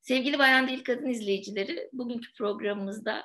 Sevgili Bayan Değil Kadın izleyicileri, bugünkü programımızda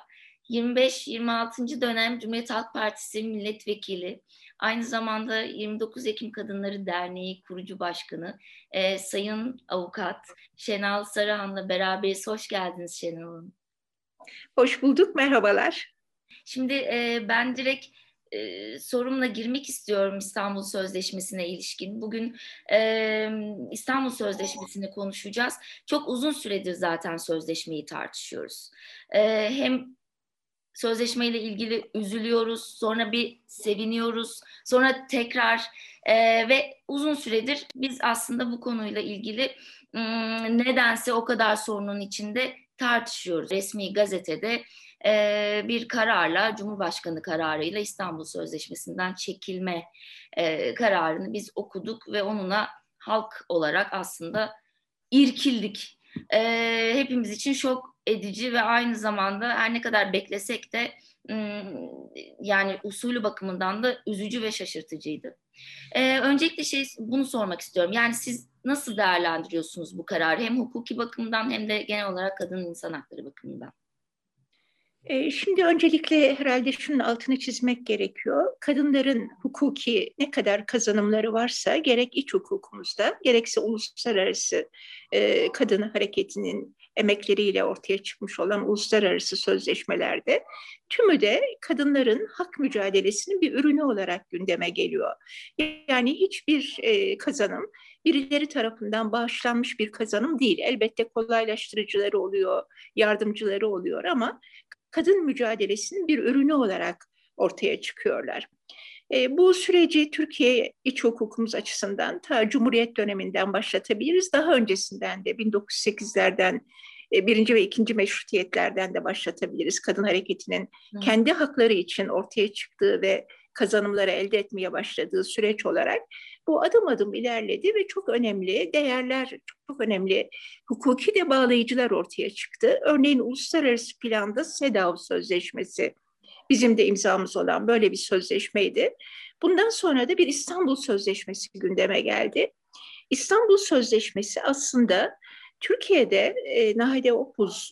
25-26. dönem Cumhuriyet Halk Partisi milletvekili, aynı zamanda 29 Ekim Kadınları Derneği kurucu başkanı, Sayın Avukat Şenal Sarıhan'la beraberiz. Hoş geldiniz Şenal Hanım. Hoş bulduk, merhabalar. Şimdi ben direkt sorumla girmek istiyorum İstanbul Sözleşmesi'ne ilişkin. Bugün İstanbul Sözleşmesi'ni konuşacağız. Çok uzun süredir zaten sözleşmeyi tartışıyoruz. Hem sözleşmeyle ilgili üzülüyoruz, sonra bir seviniyoruz, sonra tekrar ve uzun süredir biz aslında bu konuyla ilgili nedense o kadar sorunun içinde tartışıyoruz. Resmi gazetede bir kararla, Cumhurbaşkanı kararıyla İstanbul Sözleşmesi'nden çekilme kararını biz okuduk ve onunla halk olarak aslında irkildik. Hepimiz için şok edici ve aynı zamanda her ne kadar beklesek de yani usulü bakımından da üzücü ve şaşırtıcıydı. Öncelikle bunu sormak istiyorum. Yani siz nasıl değerlendiriyorsunuz bu kararı? Hem hukuki bakımdan hem de genel olarak kadın insan hakları bakımından. Şimdi öncelikle herhalde şunun altını çizmek gerekiyor. Kadınların hukuki ne kadar kazanımları varsa gerek iç hukukumuzda gerekse uluslararası kadın hareketinin emekleriyle ortaya çıkmış olan uluslararası sözleşmelerde tümü de kadınların hak mücadelesinin bir ürünü olarak gündeme geliyor. Yani hiçbir kazanım birileri tarafından bağışlanmış bir kazanım değil. Elbette kolaylaştırıcıları oluyor, yardımcıları oluyor ama kadın mücadelesinin bir ürünü olarak ortaya çıkıyorlar. Bu süreci Türkiye iç hukukumuz açısından ta Cumhuriyet döneminden başlatabiliriz. Daha öncesinden de 1908'lerden birinci ve ikinci meşrutiyetlerden de başlatabiliriz. Kadın hareketinin kendi hakları için ortaya çıktığı ve kazanımları elde etmeye başladığı süreç olarak bu adım adım ilerledi ve çok önemli değerler, çok önemli hukuki de bağlayıcılar ortaya çıktı. Örneğin uluslararası planda CEDAW Sözleşmesi bizim de imzamız olan böyle bir sözleşmeydi. Bundan sonra da bir İstanbul Sözleşmesi gündeme geldi. İstanbul Sözleşmesi aslında Türkiye'de Nahide Opuz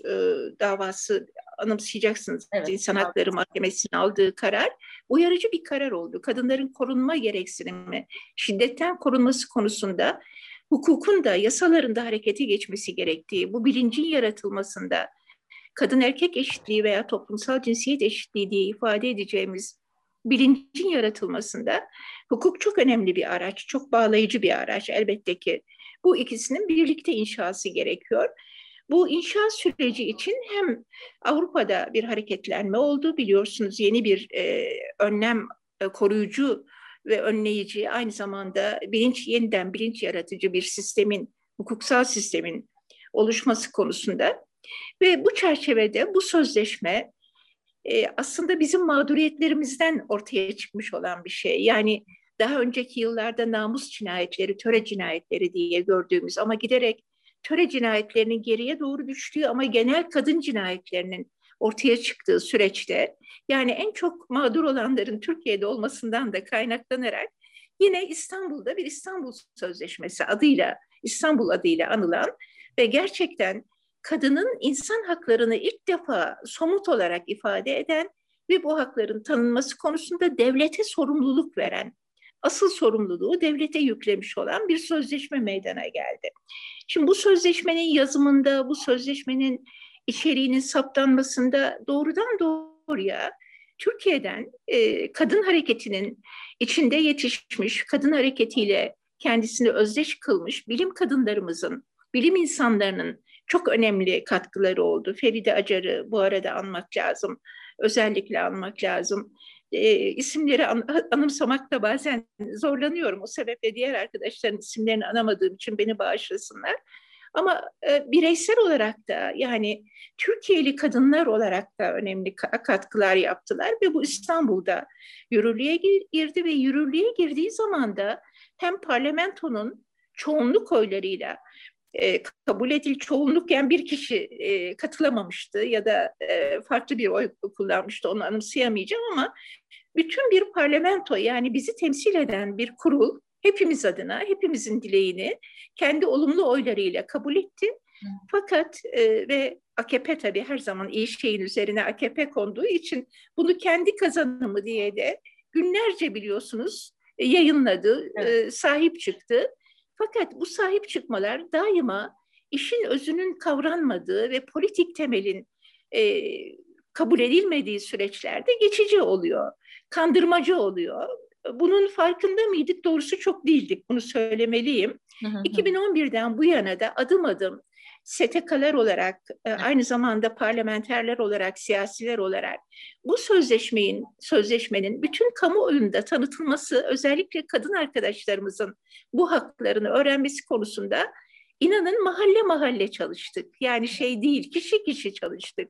davası anımsayacaksınız. Evet, İnsan Hakları Mahkemesi'nin aldığı karar uyarıcı bir karar oldu. Kadınların korunma gereksinimi, şiddetten korunması konusunda hukukun da yasaların da harekete geçmesi gerektiği, bu bilincin yaratılmasında kadın erkek eşitliği veya toplumsal cinsiyet eşitliği diye ifade edeceğimiz bilincin yaratılmasında hukuk çok önemli bir araç, çok bağlayıcı bir araç elbette ki. Bu ikisinin birlikte inşası gerekiyor. Bu inşa süreci için hem Avrupa'da bir hareketlenme oldu, biliyorsunuz yeni bir önlem koruyucu ve önleyici, aynı zamanda yeniden bilinç yaratıcı bir sistemin, hukuksal sistemin oluşması konusunda. Ve bu çerçevede bu sözleşme aslında bizim mağduriyetlerimizden ortaya çıkmış olan bir şey. Yani daha önceki yıllarda namus cinayetleri, töre cinayetleri diye gördüğümüz ama giderek töre cinayetlerinin geriye doğru düştüğü ama genel kadın cinayetlerinin ortaya çıktığı süreçte, yani en çok mağdur olanların Türkiye'de olmasından da kaynaklanarak yine İstanbul'da bir İstanbul Sözleşmesi adıyla, İstanbul adıyla anılan ve gerçekten kadının insan haklarını ilk defa somut olarak ifade eden ve bu hakların tanınması konusunda devlete sorumluluk veren, asıl sorumluluğu devlete yüklemiş olan bir sözleşme meydana geldi. Şimdi bu sözleşmenin yazımında, bu sözleşmenin içeriğinin saptanmasında doğrudan doğruya Türkiye'den kadın hareketinin içinde yetişmiş, kadın hareketiyle kendisini özdeş kılmış bilim kadınlarımızın, bilim insanlarının çok önemli katkıları oldu. Feride Acar'ı bu arada anmak lazım, özellikle anmak lazım. İsimleri anımsamakta bazen zorlanıyorum. O sebeple diğer arkadaşların isimlerini anamadığım için beni bağışlasınlar. Ama bireysel olarak da, yani Türkiye'li kadınlar olarak da önemli katkılar yaptılar ve bu İstanbul'da yürürlüğe girdi ve yürürlüğe girdiği zaman da hem parlamentonun çoğunluk oylarıyla kabul edildi. Çoğunlukken bir kişi katılamamıştı ya da farklı bir oy kullanmıştı, onu anımsayamayacağım ama bütün bir parlamento, yani bizi temsil eden bir kurul hepimiz adına, hepimizin dileğini kendi olumlu oylarıyla kabul etti Fakat ve AKP tabii her zaman iyi şeyin üzerine AKP konduğu için bunu kendi kazanımı diye de günlerce biliyorsunuz yayınladı, Evet. sahip çıktı. Fakat bu sahip çıkmalar daima işin özünün kavranmadığı ve politik temelin e, kabul edilmediği süreçlerde geçici oluyor, kandırmacı oluyor. Bunun farkında mıydık? Doğrusu çok değildik, bunu söylemeliyim. Hı hı hı. 2011'den bu yana da adım adım STK'lar olarak, aynı zamanda parlamenterler olarak, siyasiler olarak bu sözleşmenin bütün kamuoyunda tanıtılması, özellikle kadın arkadaşlarımızın bu haklarını öğrenmesi konusunda inanın mahalle mahalle çalıştık. Yani şey değil, kişi kişi çalıştık.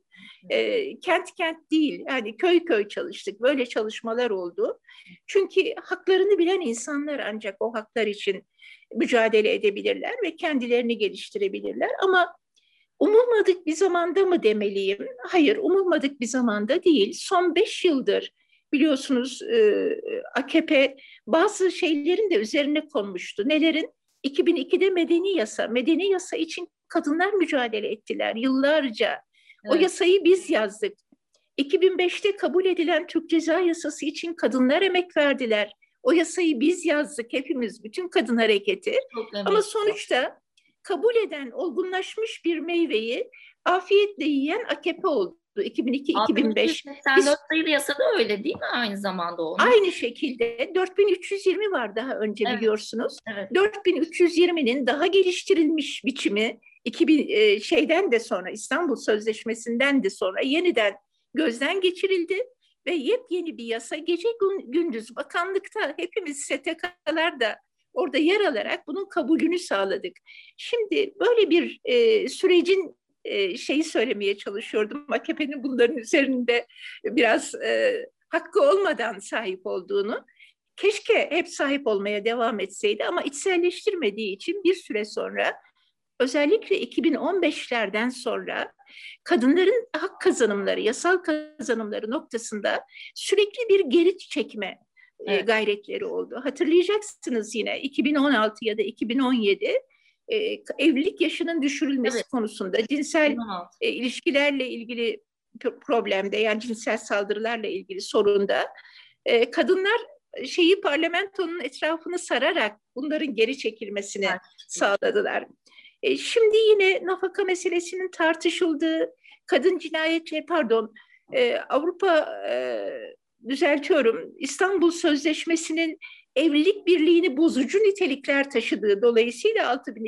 Kent kent değil, yani köy köy çalıştık. Böyle çalışmalar oldu. Çünkü haklarını bilen insanlar ancak o haklar için mücadele edebilirler ve kendilerini geliştirebilirler. Ama umulmadık bir zamanda mı demeliyim? Hayır, umulmadık bir zamanda değil. Son 5 yıldır biliyorsunuz AKP bazı şeylerin de üzerine konmuştu. Nelerin? 2002'de medeni yasa için kadınlar mücadele ettiler yıllarca. O Evet. yasayı biz yazdık. 2005'te kabul edilen Türk Ceza Yasası için kadınlar emek verdiler. O yasayı biz yazdık hepimiz, bütün kadın hareketi. Çok Ama emek. sonuçta kabul eden olgunlaşmış bir meyveyi afiyetle yiyen AKP oldu 2002-2005. 6284 Biz sayılı yasada öyle değil mi? Aynı zamanda onun. aynı şekilde 4320 var daha önce Evet, biliyorsunuz. evet. 4320'nin daha geliştirilmiş biçimi 2000 şeyden de sonra İstanbul Sözleşmesi'nden de sonra yeniden gözden geçirildi ve yepyeni bir yasa gece gündüz bakanlıkta hepimiz STK'lar da orada yer alarak bunun kabulünü sağladık. Şimdi böyle bir sürecin şeyi söylemeye çalışıyordum. AKP'nin bunların üzerinde biraz hakkı olmadan sahip olduğunu. Keşke hep sahip olmaya devam etseydi ama içselleştirmediği için bir süre sonra özellikle 2015'lerden sonra kadınların hak kazanımları, yasal kazanımları noktasında sürekli bir geri çekme Evet. gayretleri oldu. Hatırlayacaksınız yine 2016 ya da 2017 evlilik yaşının düşürülmesi Evet. konusunda cinsel 2016. ilişkilerle ilgili problemde yani cinsel saldırılarla ilgili sorunda kadınlar şeyi parlamentonun etrafını sararak bunların geri çekilmesini sağladılar. Şimdi yine nafaka meselesinin tartışıldığı, kadın cinayetleri, pardon, Avrupa, düzeltiyorum, İstanbul Sözleşmesi'nin evlilik birliğini bozucu nitelikler taşıdığı dolayısıyla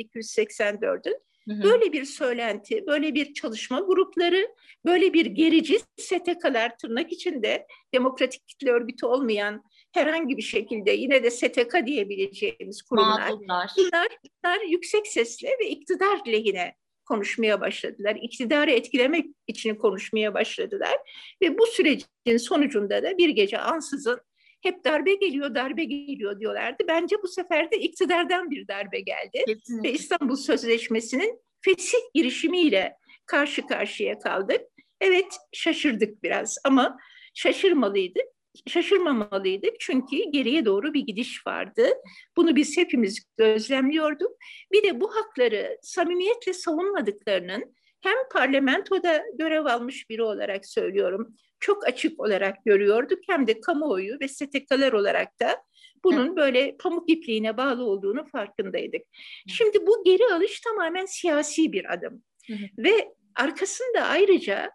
6284'ün Hı hı. böyle bir söylenti, böyle bir çalışma grupları, böyle bir gerici STK'lar tırnak içinde demokratik kitle örgütü olmayan herhangi bir şekilde yine de STK diyebileceğimiz kurumlar, Mağdurlar. bunlar yüksek sesle ve iktidar lehine konuşmaya başladılar. İktidarı etkilemek için konuşmaya başladılar. Ve bu sürecin sonucunda da bir gece ansızın hep darbe geliyor, darbe geliyor diyorlardı. Bence bu sefer de iktidardan bir darbe geldi. Ve Kesinlikle. İstanbul Sözleşmesi'nin fesih girişimiyle karşı karşıya kaldık. Evet, şaşırdık biraz ama şaşırmalıydık. Şaşırmamalıydık çünkü geriye doğru bir gidiş vardı. Bunu biz hepimiz gözlemliyorduk. Bir de bu hakları samimiyetle savunmadıklarının hem parlamentoda görev almış biri olarak söylüyorum, çok açık olarak görüyorduk hem de kamuoyu ve STK'lar olarak da bunun böyle pamuk ipliğine bağlı olduğunu farkındaydık. Şimdi bu geri alış tamamen siyasi bir adım. Ve arkasında ayrıca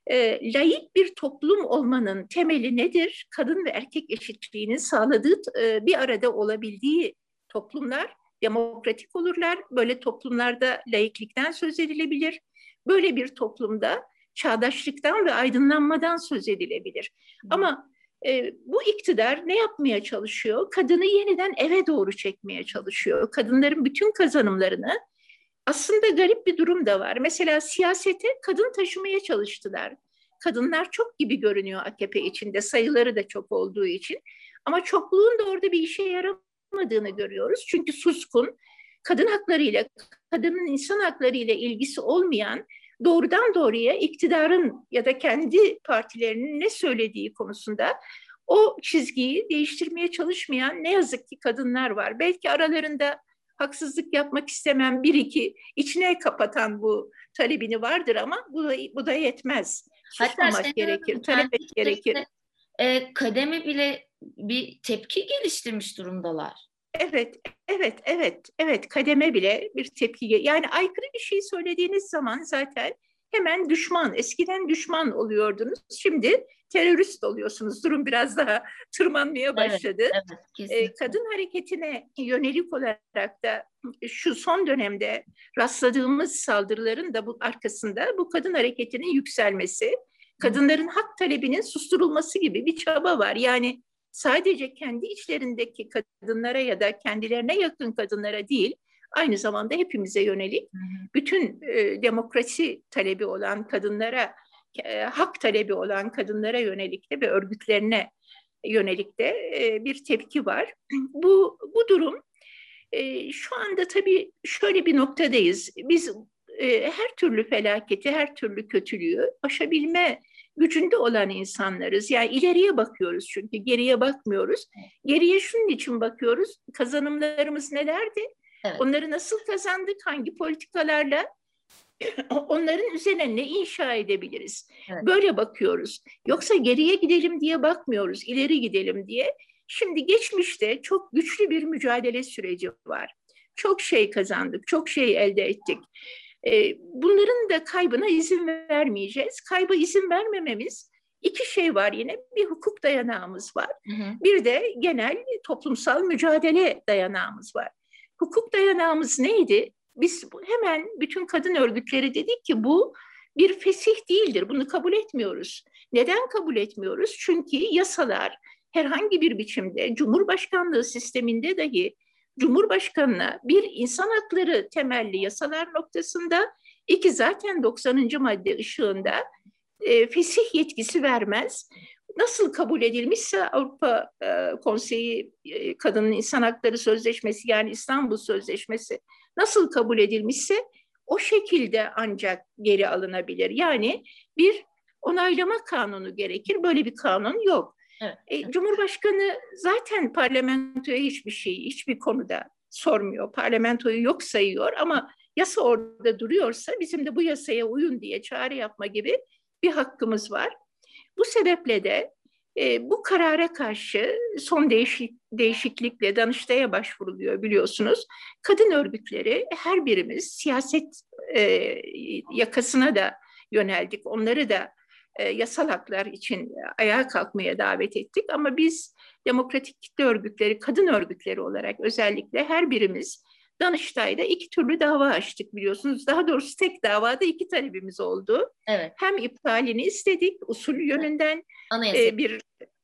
laik bir toplum olmanın temeli nedir? Kadın ve erkek eşitliğinin sağladığı bir arada olabildiği toplumlar demokratik olurlar. Böyle toplumlarda laiklikten söz edilebilir. Böyle bir toplumda çağdaşlıktan ve aydınlanmadan söz edilebilir. Ama bu iktidar ne yapmaya çalışıyor? Kadını yeniden eve doğru çekmeye çalışıyor. Kadınların bütün kazanımlarını aslında garip bir durum da var. Mesela siyasete kadın taşımaya çalıştılar. Kadınlar çok gibi görünüyor AKP içinde, sayıları da çok olduğu için. Ama çokluğun da orada bir işe yaramadığını görüyoruz. Çünkü suskun, kadın haklarıyla, kadının insan haklarıyla ilgisi olmayan, doğrudan doğruya iktidarın ya da kendi partilerinin ne söylediği konusunda o çizgiyi değiştirmeye çalışmayan ne yazık ki kadınlar var. Belki aralarında haksızlık yapmak istemem, bir iki içine kapatan bu talebini vardır ama bu da yetmez. Hatta Susmamak Şenol Hanım gerekir, talep kendi et gerekir. içlerinde kademe bile bir tepki geliştirmiş durumdalar. Evet, evet. Kademe bile bir tepki. Yani aykırı bir şey söylediğiniz zaman zaten hemen düşman. Eskiden düşman oluyordunuz. Şimdi terörist oluyorsunuz. Durum biraz daha tırmanmaya Evet, başladı. evet, kesinlikle. Kadın hareketine yönelik olarak da şu son dönemde rastladığımız saldırıların da bu arkasında bu kadın hareketinin yükselmesi, Hı. kadınların hak talebinin susturulması gibi bir çaba var. Yani sadece kendi içlerindeki kadınlara ya da kendilerine yakın kadınlara değil, aynı zamanda hepimize yönelik Hı hı. bütün demokrasi talebi olan kadınlara, hak talebi olan kadınlara yönelik de ve örgütlerine yönelik de bir tepki var. Bu durum şu anda tabii şöyle bir noktadayız. Biz her türlü felaketi, her türlü kötülüğü aşabilme gücünde olan insanlarız. Yani ileriye bakıyoruz çünkü geriye bakmıyoruz. Geriye şunun için bakıyoruz. Kazanımlarımız nelerdi? Evet, Onları nasıl kazandık? Hangi politikalarla? Onların üzerine ne inşa edebiliriz? evet. Böyle bakıyoruz. Yoksa geriye gidelim diye bakmıyoruz, ileri gidelim diye. Şimdi geçmişte çok güçlü bir mücadele süreci var. Çok şey kazandık, çok şey elde ettik. Bunların da kaybına izin vermeyeceğiz. Kayba izin vermememiz iki şey var yine. Bir hukuk dayanağımız var. Hı hı. Bir de genel toplumsal mücadele dayanağımız var. Hukuk dayanağımız neydi? Biz hemen bütün kadın örgütleri dedik ki bu bir fesih değildir. Bunu kabul etmiyoruz. Neden kabul etmiyoruz? Çünkü yasalar herhangi bir biçimde Cumhurbaşkanlığı sisteminde dahi Cumhurbaşkanına bir insan hakları temelli yasalar noktasında, iki zaten 90. madde ışığında fesih yetkisi vermez. Nasıl kabul edilmişse Avrupa Konseyi Kadının İnsan Hakları Sözleşmesi, yani İstanbul Sözleşmesi nasıl kabul edilmişse o şekilde ancak geri alınabilir. Yani bir onaylama kanunu gerekir. Böyle bir kanun yok. Evet, evet. Cumhurbaşkanı zaten parlamentoya hiçbir şeyi, hiçbir konuda sormuyor. Parlamentoyu yok sayıyor ama yasa orada duruyorsa bizim de bu yasaya uyun diye çağrı yapma gibi bir hakkımız var. Bu sebeple de bu karara karşı son değişiklikle Danıştay'a başvuruluyor biliyorsunuz. Kadın örgütleri her birimiz siyaset yakasına da yöneldik. Onları da yasal haklar için ayağa kalkmaya davet ettik. Ama biz demokratik kitle örgütleri, kadın örgütleri olarak özellikle her birimiz Danıştay'da iki türlü dava açtık biliyorsunuz. Daha doğrusu tek davada iki talebimiz oldu. Evet. Hem iptalini istedik usul yönünden Anayasa. bir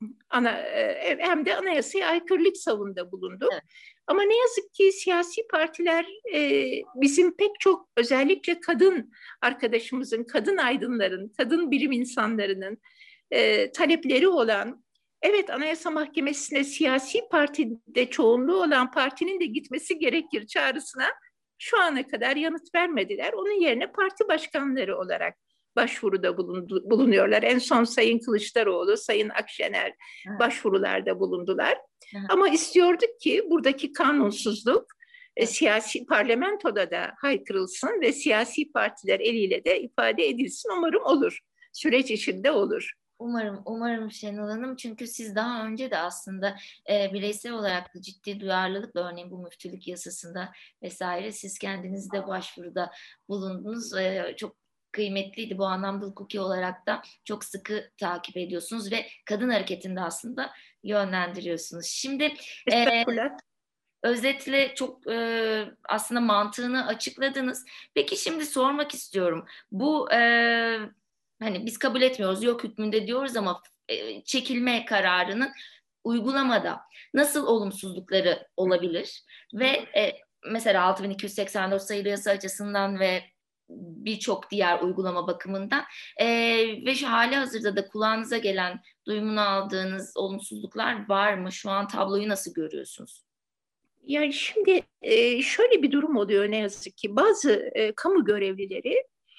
hem de anayasaya aykırılık savununda bulunduk. Evet. Ama ne yazık ki siyasi partiler bizim pek çok özellikle kadın arkadaşımızın, kadın aydınların, kadın bilim insanlarının talepleri olan, evet Anayasa Mahkemesi'ne siyasi partide çoğunluğu olan partinin de gitmesi gerekir çağrısına şu ana kadar yanıt vermediler. Onun yerine parti başkanları olarak başvuruda bulunuyorlar. En son Sayın Kılıçdaroğlu, Sayın Akşener Evet. başvurularda bulundular. Evet. Ama istiyorduk ki buradaki kanunsuzluk Evet. siyasi parlamentoda da haykırılsın ve siyasi partiler eliyle de ifade edilsin. Umarım olur. Süreç içinde olur. Umarım Şenol Hanım, çünkü siz daha önce de aslında bireysel olarak da ciddi duyarlılıkla, örneğin bu müftülük yasasında vesaire, siz kendiniz de başvuruda bulundunuz. Çok kıymetliydi bu anlamda, hukuki olarak da çok sıkı takip ediyorsunuz ve kadın hareketinde aslında yönlendiriyorsunuz. Şimdi Estağfurullah. özetle çok aslında mantığını açıkladınız. Peki şimdi sormak istiyorum. Bu hani biz kabul etmiyoruz, yok hükmünde diyoruz ama çekilme kararının uygulamada nasıl olumsuzlukları olabilir? Ve mesela 6284 sayılı yasa açısından ve birçok diğer uygulama bakımından ve şu hali hazırda da kulağınıza gelen, duyumunu aldığınız olumsuzluklar var mı? Şu an tabloyu nasıl görüyorsunuz? Yani şimdi şöyle bir durum oluyor ne yazık ki. Bazı kamu görevlileri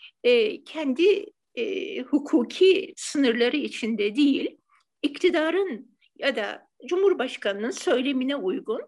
kendi hukuki sınırları içinde değil, iktidarın ya da Cumhurbaşkanının söylemine uygun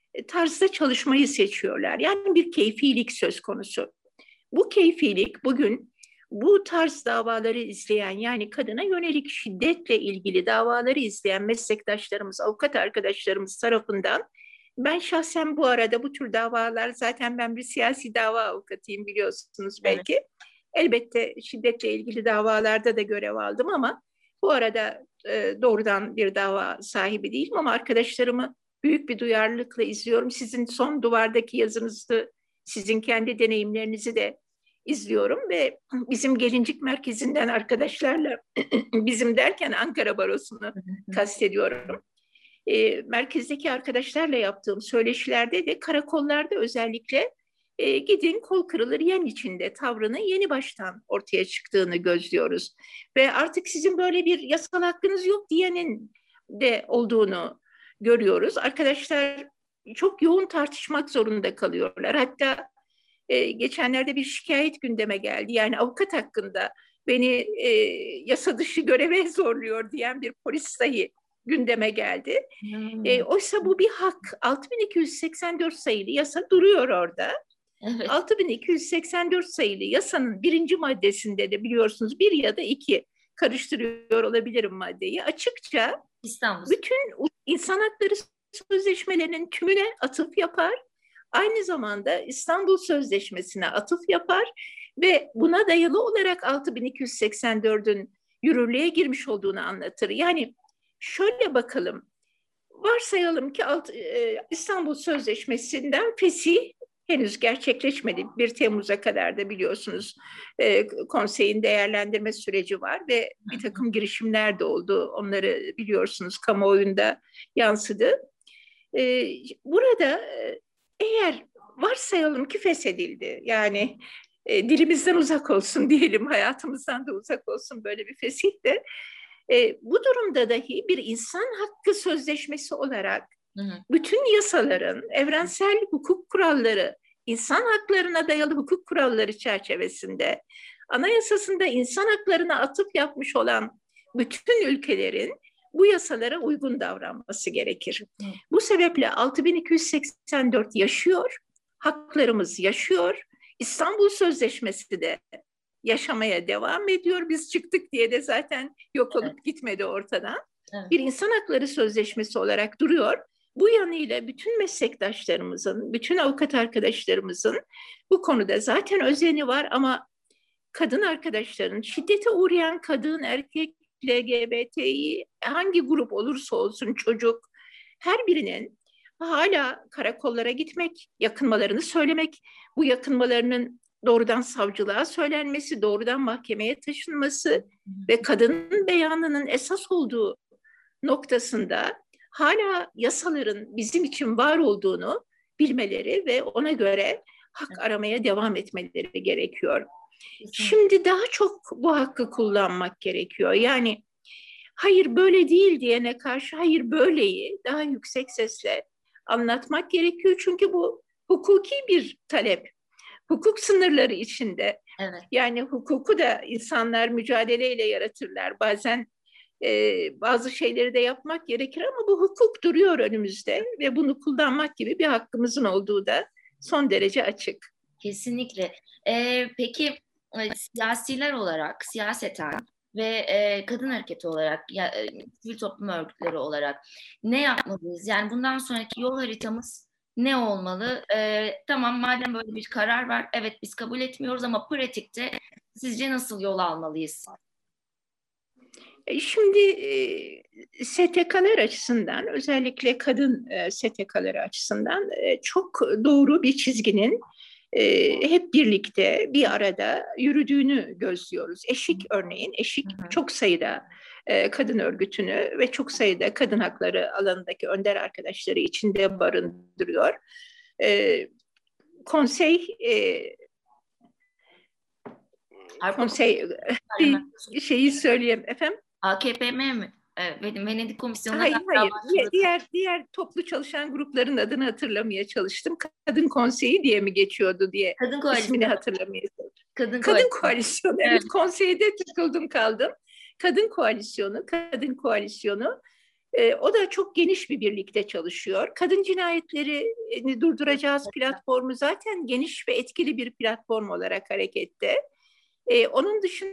tarzda çalışmayı seçiyorlar. Yani bir keyfilik söz konusu. Bu keyfilik bugün bu tarz davaları izleyen, yani kadına yönelik şiddetle ilgili davaları izleyen meslektaşlarımız, avukat arkadaşlarımız tarafından, ben şahsen bu arada bu tür davalar, zaten ben bir siyasi dava avukatıyım biliyorsunuz Evet. belki. Elbette şiddetle ilgili davalarda da görev aldım ama bu arada doğrudan bir dava sahibi değilim ama arkadaşlarımı büyük bir duyarlılıkla izliyorum. Sizin son duvardaki yazınızı, sizin kendi deneyimlerinizi de izliyorum ve bizim Gelincik Merkezi'nden arkadaşlarla, bizim derken Ankara Barosu'nu kastediyorum. Merkezdeki arkadaşlarla yaptığım söyleşilerde de karakollarda özellikle gidin kol kırılır yen içinde tavrının yeni baştan ortaya çıktığını gözlüyoruz. Ve artık sizin böyle bir yasal hakkınız yok diyenin de olduğunu görüyoruz. Arkadaşlar çok yoğun tartışmak zorunda kalıyorlar. Hatta geçenlerde bir şikayet gündeme geldi. Yani avukat hakkında beni yasa dışı göreve zorluyor diyen bir polis dahi gündeme geldi. Oysa bu bir hak. 6284 sayılı yasa duruyor orada. Evet. 6284 sayılı yasanın birinci maddesinde de biliyorsunuz bir ya da iki, karıştırıyor olabilirim maddeyi, açıkça İstanbul. bütün insan hakları sözleşmelerinin tümüne atıf yapar. Aynı zamanda İstanbul Sözleşmesi'ne atıf yapar ve buna dayalı olarak 6284'ün yürürlüğe girmiş olduğunu anlatır. Yani şöyle bakalım, varsayalım ki İstanbul Sözleşmesi'nden fesih henüz gerçekleşmedi. 1 Temmuz'a kadar da biliyorsunuz konseyin değerlendirme süreci var ve bir takım girişimler de oldu. Onları biliyorsunuz, kamuoyunda yansıdı. Burada eğer varsayalım ki feshedildi, yani dilimizden uzak olsun diyelim, hayatımızdan da uzak olsun böyle bir fesih de, bu durumda dahi bir insan hakkı sözleşmesi olarak bütün yasaların, evrensel hukuk kuralları, insan haklarına dayalı hukuk kuralları çerçevesinde anayasasında insan haklarına atıf yapmış olan bütün ülkelerin bu yasalara uygun davranması gerekir. Bu sebeple 6284 yaşıyor, haklarımız yaşıyor. İstanbul Sözleşmesi de yaşamaya devam ediyor. Biz çıktık diye de zaten yok olup gitmedi ortadan. Evet. Bir insan hakları sözleşmesi olarak duruyor. Bu yanıyla bütün meslektaşlarımızın, bütün avukat arkadaşlarımızın bu konuda zaten özeni var ama kadın arkadaşların, şiddete uğrayan kadın, erkek, LGBTİ, hangi grup olursa olsun, çocuk, her birinin hala karakollara gitmek, yakınmalarını söylemek, bu yakınmalarının doğrudan savcılığa söylenmesi, doğrudan mahkemeye taşınması ve kadının beyanının esas olduğu noktasında hala yasaların bizim için var olduğunu bilmeleri ve ona göre hak aramaya devam etmeleri gerekiyor. Şimdi daha çok bu hakkı kullanmak gerekiyor. Yani hayır böyle değil diyene karşı hayır böyleyi daha yüksek sesle anlatmak gerekiyor. Çünkü bu hukuki bir talep. Hukuk sınırları içinde. Evet. Yani hukuku da insanlar mücadeleyle yaratırlar. Bazen bazı şeyleri de yapmak gerekir ama bu hukuk duruyor önümüzde ve bunu kullanmak gibi bir hakkımızın olduğu da son derece açık. Kesinlikle. Peki siyasiler olarak, siyaseten ve kadın hareketi olarak, sivil toplum örgütleri olarak ne yapmalıyız? Yani bundan sonraki yol haritamız ne olmalı? Tamam, madem böyle bir karar var, evet biz kabul etmiyoruz ama pratikte sizce nasıl yol almalıyız? Şimdi STK'lar açısından, özellikle kadın STK'ları açısından çok doğru bir çizginin hep birlikte bir arada yürüdüğünü gözlüyoruz. Eşik örneğin, Eşik çok sayıda kadın örgütünü ve çok sayıda kadın hakları alanındaki önder arkadaşları içinde barındırıyor. Konsey şeyi söyleyeyim efendim. AKPM mi? Venedik Komisyonu'na hayır. Diğer toplu çalışan grupların adını hatırlamaya çalıştım. Kadın Konseyi diye mi geçiyordu diye ismini hatırlamaya çalıştım. Kadın Koalisyonu. Evet, konseyde tıkıldım kaldım. Kadın Koalisyonu O da çok geniş bir birlikte çalışıyor. Kadın cinayetlerini durduracağız platformu zaten geniş ve etkili bir platform olarak harekette. Onun dışında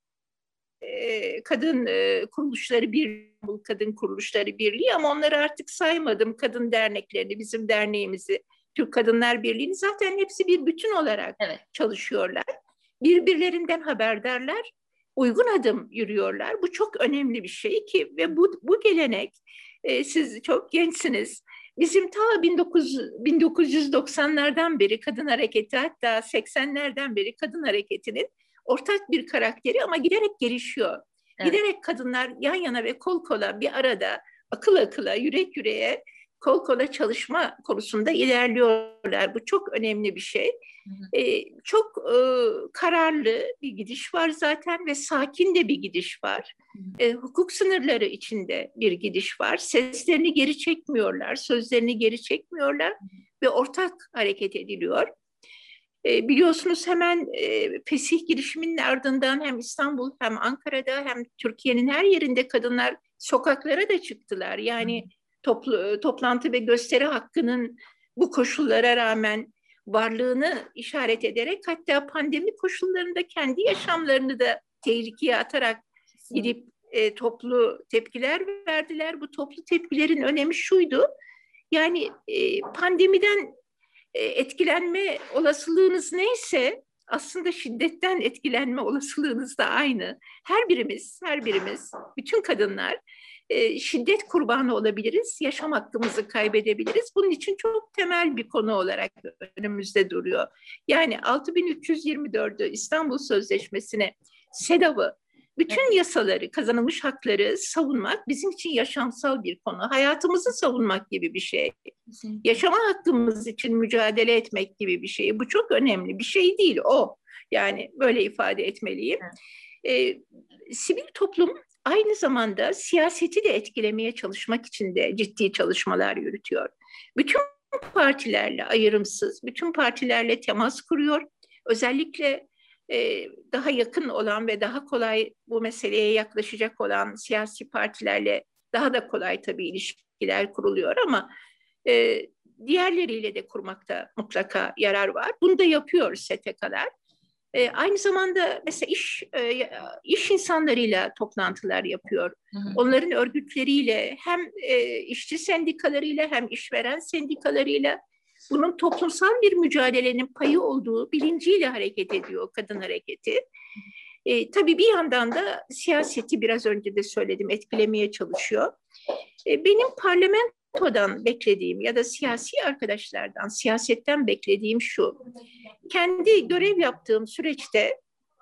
kadın kuruluşları birliği, kadın kuruluşları birliği, ama onları artık saymadım. Kadın derneklerini, bizim derneğimizi, Türk Kadınlar Birliği'ni, zaten hepsi bir bütün olarak çalışıyorlar. Birbirlerinden haberdarlar, uygun adım yürüyorlar. Bu çok önemli bir şey ki, ve bu gelenek, siz çok gençsiniz. Bizim ta 1990'lardan beri kadın hareketi, hatta 80'lerden beri kadın hareketinin ortak bir karakteri, ama giderek gelişiyor. Evet. Giderek kadınlar yan yana ve kol kola bir arada, akıl akıla, yürek yüreğe, kol kola çalışma konusunda ilerliyorlar. Bu çok önemli bir şey. Çok kararlı bir gidiş var zaten ve sakin de bir gidiş var. Hukuk sınırları içinde bir gidiş var. Seslerini geri çekmiyorlar, sözlerini geri çekmiyorlar ve ortak hareket ediliyor. Biliyorsunuz hemen Fesih girişiminin ardından hem İstanbul hem Ankara'da hem Türkiye'nin her yerinde kadınlar sokaklara da çıktılar. Yani toplantı ve gösteri hakkının bu koşullara rağmen varlığını işaret ederek, hatta pandemi koşullarında kendi yaşamlarını da tehlikeye atarak gidip toplu tepkiler verdiler. Bu toplu tepkilerin önemi şuydu: yani pandemiden etkilenme olasılığınız neyse, aslında şiddetten etkilenme olasılığınız da aynı. Her birimiz, bütün kadınlar şiddet kurbanı olabiliriz, yaşam hakkımızı kaybedebiliriz. Bunun için çok temel bir konu olarak önümüzde duruyor. Yani 6324'ü, İstanbul Sözleşmesi'ne, SEDAV'ı, bütün yasaları, kazanılmış hakları savunmak bizim için yaşamsal bir konu. Hayatımızı savunmak gibi bir şey. Yaşama hakkımız için mücadele etmek gibi bir şey. Bu çok önemli bir şey değil o. Yani böyle ifade etmeliyim. Sivil toplum aynı zamanda siyaseti de etkilemeye çalışmak için de ciddi çalışmalar yürütüyor. Bütün partilerle ayrımsız, bütün partilerle temas kuruyor. Özellikle daha yakın olan ve daha kolay bu meseleye yaklaşacak olan siyasi partilerle daha da kolay tabii ilişkiler kuruluyor, ama diğerleriyle de kurmakta mutlaka yarar var. Bunu da yapıyor STK'lar. Aynı zamanda mesela iş insanlarıyla toplantılar yapıyor. Onların örgütleriyle, hem işçi sendikalarıyla hem işveren sendikalarıyla, bunun toplumsal bir mücadelenin payı olduğu bilinciyle hareket ediyor kadın hareketi. Tabii bir yandan da siyaseti, biraz önce de söyledim, etkilemeye çalışıyor. Benim parlamentodan beklediğim ya da siyasi arkadaşlardan, siyasetten beklediğim şu: kendi görev yaptığım süreçte,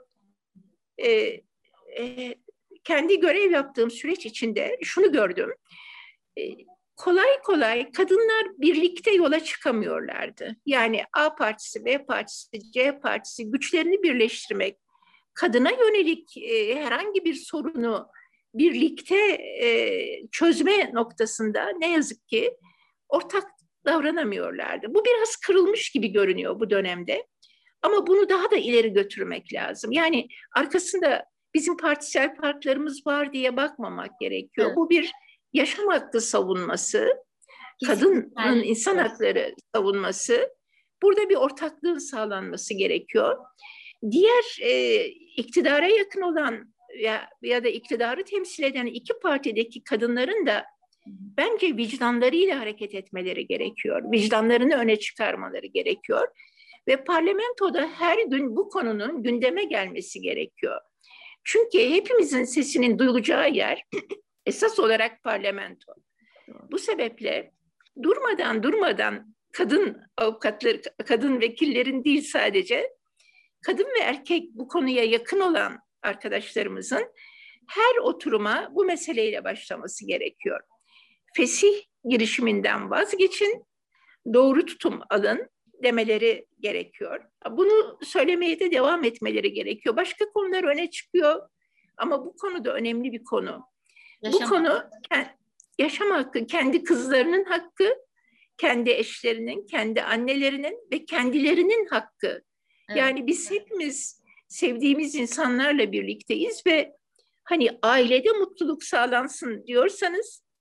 kendi görev yaptığım süreç içinde şunu gördüm: kolay kolay kadınlar birlikte yola çıkamıyorlardı. Yani A partisi, B partisi, C partisi güçlerini birleştirmek, kadına yönelik herhangi bir sorunu birlikte çözme noktasında ne yazık ki ortak davranamıyorlardı. Bu biraz kırılmış gibi görünüyor bu dönemde. Ama bunu daha da ileri götürmek lazım. Yani arkasında bizim partisel farklarımız var diye bakmamak gerekiyor. Evet. Bu bir yaşam hakkı savunması, kadının insan hakları savunması. Burada bir ortaklığın sağlanması gerekiyor. Diğer iktidara yakın olan ya da iktidarı temsil eden iki partideki kadınların da bence vicdanlarıyla hareket etmeleri gerekiyor. Vicdanlarını öne çıkarmaları gerekiyor. Ve parlamentoda her gün bu konunun gündeme gelmesi gerekiyor. Çünkü hepimizin sesinin duyulacağı yer esas olarak parlamento. Bu sebeple durmadan kadın avukatları, kadın vekillerin değil sadece, kadın ve erkek bu konuya yakın olan arkadaşlarımızın her oturuma bu meseleyle başlaması gerekiyor. Fesih girişiminden vazgeçin, doğru tutum alın demeleri gerekiyor. Bunu söylemeye de devam etmeleri gerekiyor. Başka konular öne çıkıyor ama bu konu da önemli bir konu. Bu konu yaşam hakkı, kendi kızlarının hakkı, kendi eşlerinin, kendi annelerinin ve kendilerinin hakkı. Evet. Yani biz hepimiz sevdiğimiz insanlarla birlikteyiz ve hani ailede mutluluk sağlansın diyorsanız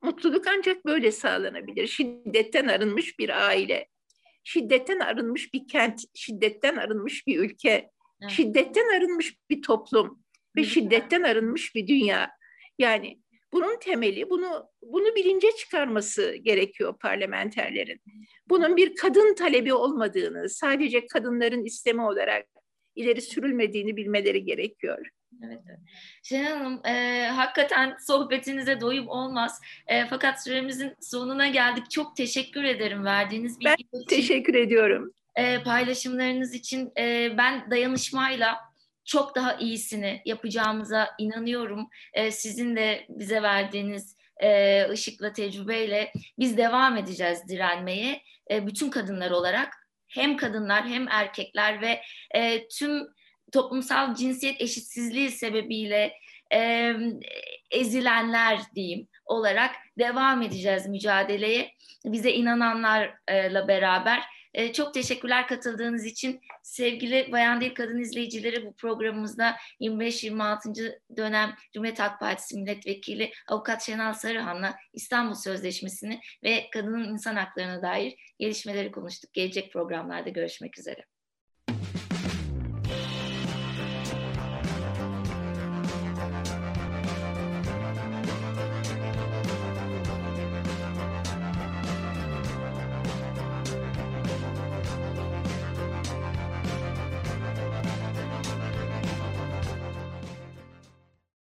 Mutluluk ancak böyle sağlanabilir. Şiddetten arınmış bir aile, şiddetten arınmış bir kent, şiddetten arınmış bir ülke, Evet. şiddetten arınmış bir toplum Hı ve hı. şiddetten arınmış bir dünya. Yani bunun temeli, bunu bilince çıkarması gerekiyor parlamenterlerin. Bunun bir kadın talebi olmadığını, sadece kadınların istemi olarak ileri sürülmediğini bilmeleri gerekiyor. Evet, evet. Şenol Hanım, hakikaten sohbetinize doyum olmaz. Fakat süremizin sonuna geldik. Çok teşekkür ederim verdiğiniz Ben bilgiler için, teşekkür ediyorum. paylaşımlarınız için. Ben dayanışmayla çok daha iyisini yapacağımıza inanıyorum. Sizin de bize verdiğiniz ışıkla, tecrübeyle biz devam edeceğiz direnmeye. Bütün kadınlar olarak hem kadınlar hem erkekler ve tüm toplumsal cinsiyet eşitsizliği sebebiyle e, ezilenler diyeyim olarak devam edeceğiz mücadeleye. Bize inananlarla beraber. Çok teşekkürler katıldığınız için. Sevgili Bayan Değil Kadın izleyicileri, bu programımızda 25-26. dönem Cumhuriyet Halk Partisi Milletvekili Avukat Şenal Sarıhan'la İstanbul Sözleşmesi'ni ve kadının insan haklarına dair gelişmeleri konuştuk. Gelecek programlarda görüşmek üzere.